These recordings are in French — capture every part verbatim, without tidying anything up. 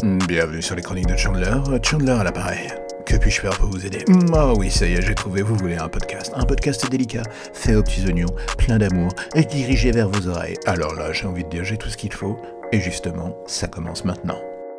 Bienvenue sur les chroniques de Chandler, Chandler à l'appareil. Que puis-je faire pour vous aider? Ah oh oui, ça y est, j'ai trouvé, vous voulez un podcast. Un podcast délicat, fait aux petits oignons, plein d'amour, et dirigé vers vos oreilles. Alors là, j'ai envie de dire, j'ai tout ce qu'il faut, et justement, ça commence maintenant.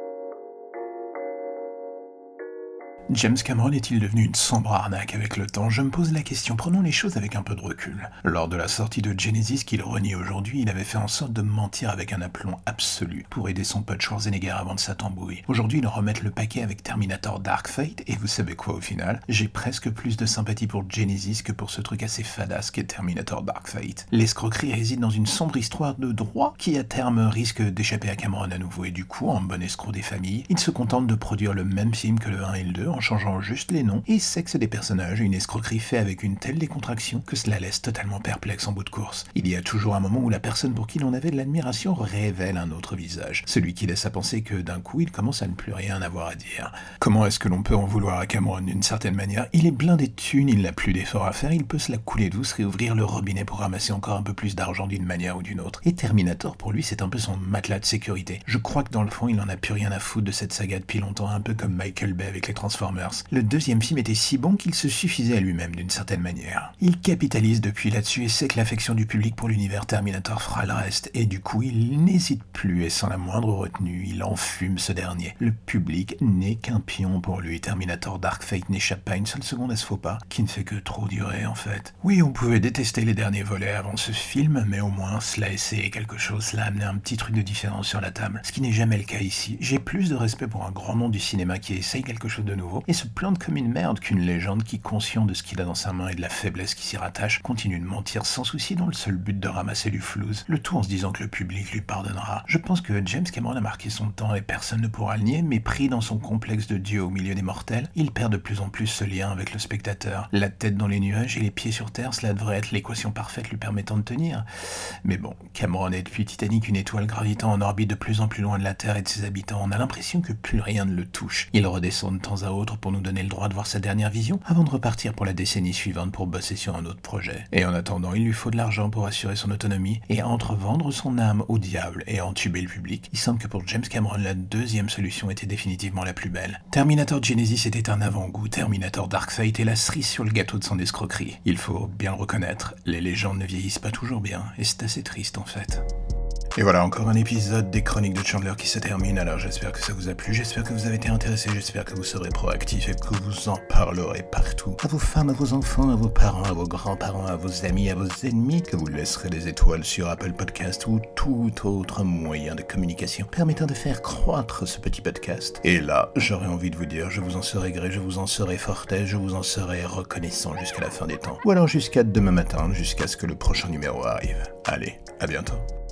James Cameron est-il devenu une sombre arnaque avec le temps? Je me pose la question, prenons les choses avec un peu de recul. Lors de la sortie de Genesis qu'il renie aujourd'hui, il avait fait en sorte de mentir avec un aplomb absolu pour aider son pote Schwarzenegger avant de sa tambouille. Aujourd'hui, ils remettent le paquet avec Terminator Dark Fate, et vous savez quoi au final? J'ai presque plus de sympathie pour Genesis que pour ce truc assez fadasse qu'est Terminator Dark Fate. L'escroquerie réside dans une sombre histoire de droit qui à terme risque d'échapper à Cameron à nouveau, et du coup, en bon escroc des familles, il se contente de produire le même film que le un et le deux, en changeant juste les noms et sexe des personnages, une escroquerie faite avec une telle décontraction que cela laisse totalement perplexe en bout de course. Il y a toujours un moment où la personne pour qui l'on avait de l'admiration révèle un autre visage, celui qui laisse à penser que d'un coup il commence à ne plus rien avoir à dire. Comment est-ce que l'on peut en vouloir à Cameron d'une certaine manière? Il est blindé de thunes, il n'a plus d'efforts à faire, il peut se la couler douce, réouvrir le robinet pour ramasser encore un peu plus d'argent d'une manière ou d'une autre. Et Terminator pour lui c'est un peu son matelas de sécurité. Je crois que dans le fond il n'en a plus rien à foutre de cette saga depuis longtemps, un peu comme Michael Bay avec les Transformers. Le deuxième film était si bon qu'il se suffisait à lui-même d'une certaine manière. Il capitalise depuis là-dessus et sait que l'affection du public pour l'univers Terminator fera le reste, et du coup il n'hésite plus et sans la moindre retenue, il enfume ce dernier. Le public n'est qu'un pion pour lui. Terminator Dark Fate n'échappe pas une seule seconde à ce faux pas, qui ne fait que trop durer en fait. Oui, on pouvait détester les derniers volets avant ce film, mais au moins cela essayait quelque chose, cela a amené un petit truc de différence sur la table, ce qui n'est jamais le cas ici. J'ai plus de respect pour un grand nom du cinéma qui essaye quelque chose de nouveau, et se plante comme une merde qu'une légende qui, conscient de ce qu'il a dans sa main et de la faiblesse qui s'y rattache, continue de mentir sans souci dans le seul but de ramasser du flouze, le tout en se disant que le public lui pardonnera. Je pense que James Cameron a marqué son temps et personne ne pourra le nier, mais pris dans son complexe de Dieu au milieu des mortels, il perd de plus en plus ce lien avec le spectateur. La tête dans les nuages et les pieds sur terre, cela devrait être l'équation parfaite lui permettant de tenir. Mais bon, Cameron est depuis Titanic une étoile gravitant en orbite de plus en plus loin de la Terre et de ses habitants. On a l'impression que plus rien ne le touche. Il redescend de temps à autre pour nous donner le droit de voir sa dernière vision avant de repartir pour la décennie suivante pour bosser sur un autre projet. Et en attendant, il lui faut de l'argent pour assurer son autonomie et entrevendre son âme au diable et entuber le public. Il semble que pour James Cameron, la deuxième solution était définitivement la plus belle. Terminator Genesis était un avant-goût, Terminator Dark Fate est la cerise sur le gâteau de son escroquerie. Il faut bien le reconnaître, les légendes ne vieillissent pas toujours bien, et c'est assez triste en fait. Et voilà, encore un épisode des Chroniques de Chandler qui se termine, alors j'espère que ça vous a plu, j'espère que vous avez été intéressé, j'espère que vous serez proactifs et que vous en parlerez partout. À vos femmes, à vos enfants, à vos parents, à vos grands-parents, à vos amis, à vos ennemis, que vous laisserez des étoiles sur Apple Podcast ou tout autre moyen de communication permettant de faire croître ce petit podcast. Et là, j'aurais envie de vous dire, je vous en serai gré, je vous en serai forté, je vous en serai reconnaissant jusqu'à la fin des temps. Ou alors jusqu'à demain matin, jusqu'à ce que le prochain numéro arrive. Allez, à bientôt.